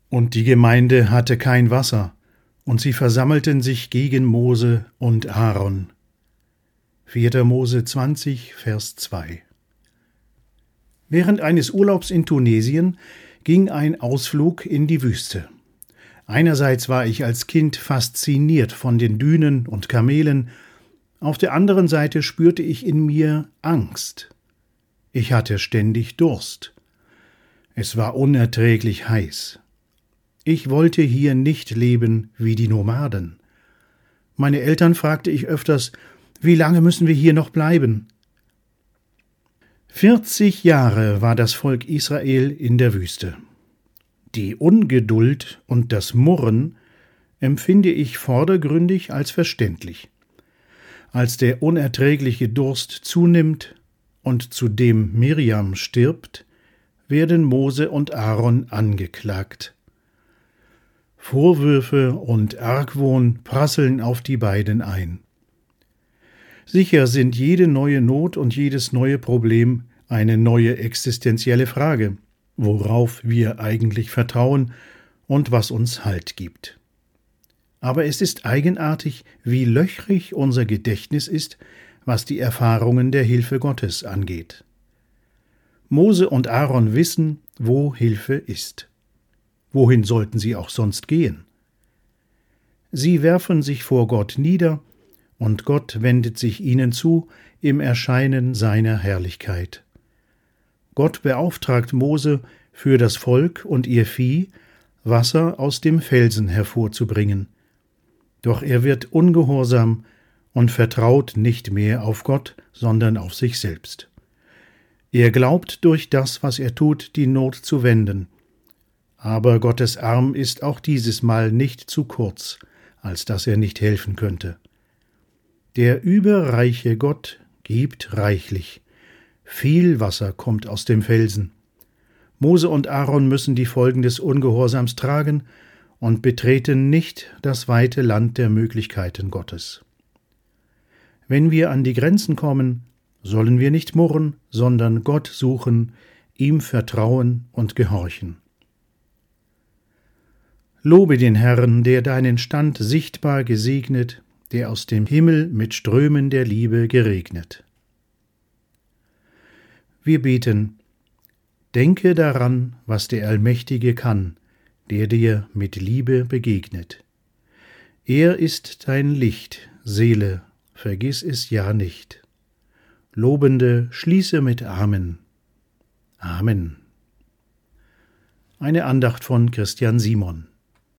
Und die Gemeinde hatte kein Wasser, und sie versammelten sich gegen Mose und Aaron. 4. Mose 20, Vers 2. Während eines Urlaubs in Tunesien ging ein Ausflug in die Wüste. Einerseits war ich als Kind fasziniert von den Dünen und Kamelen, auf der anderen Seite spürte ich in mir Angst. Ich hatte ständig Durst. Es war unerträglich heiß. Ich wollte hier nicht leben wie die Nomaden. Meine Eltern fragte ich öfters, wie lange müssen wir hier noch bleiben? 40 Jahre war das Volk Israel in der Wüste. Die Ungeduld und das Murren empfinde ich vordergründig als verständlich. Als der unerträgliche Durst zunimmt und zudem Mirjam stirbt, werden Mose und Aaron angeklagt. Vorwürfe und Argwohn prasseln auf die beiden ein. Sicher sind jede neue Not und jedes neue Problem eine neue existenzielle Frage, worauf wir eigentlich vertrauen und was uns Halt gibt. Aber es ist eigenartig, wie löchrig unser Gedächtnis ist, was die Erfahrungen der Hilfe Gottes angeht. Mose und Aaron wissen, wo Hilfe ist. Wohin sollten sie auch sonst gehen? Sie werfen sich vor Gott nieder, und Gott wendet sich ihnen zu im Erscheinen seiner Herrlichkeit. Gott beauftragt Mose, für das Volk und ihr Vieh Wasser aus dem Felsen hervorzubringen. Doch er wird ungehorsam und vertraut nicht mehr auf Gott, sondern auf sich selbst. Er glaubt durch das, was er tut, die Not zu wenden. Aber Gottes Arm ist auch dieses Mal nicht zu kurz, als dass er nicht helfen könnte. Der überreiche Gott gibt reichlich. Viel Wasser kommt aus dem Felsen. Mose und Aaron müssen die Folgen des Ungehorsams tragen und betreten nicht das weite Land der Möglichkeiten Gottes. Wenn wir an die Grenzen kommen, sollen wir nicht murren, sondern Gott suchen, ihm vertrauen und gehorchen. Lobe den Herrn, der deinen Stand sichtbar gesegnet, der aus dem Himmel mit Strömen der Liebe geregnet. Wir beten: Denke daran, was der Allmächtige kann, der dir mit Liebe begegnet. Er ist dein Licht, Seele, vergiss es ja nicht. Lobende schließe mit Amen. Amen. Eine Andacht von Christian Simon.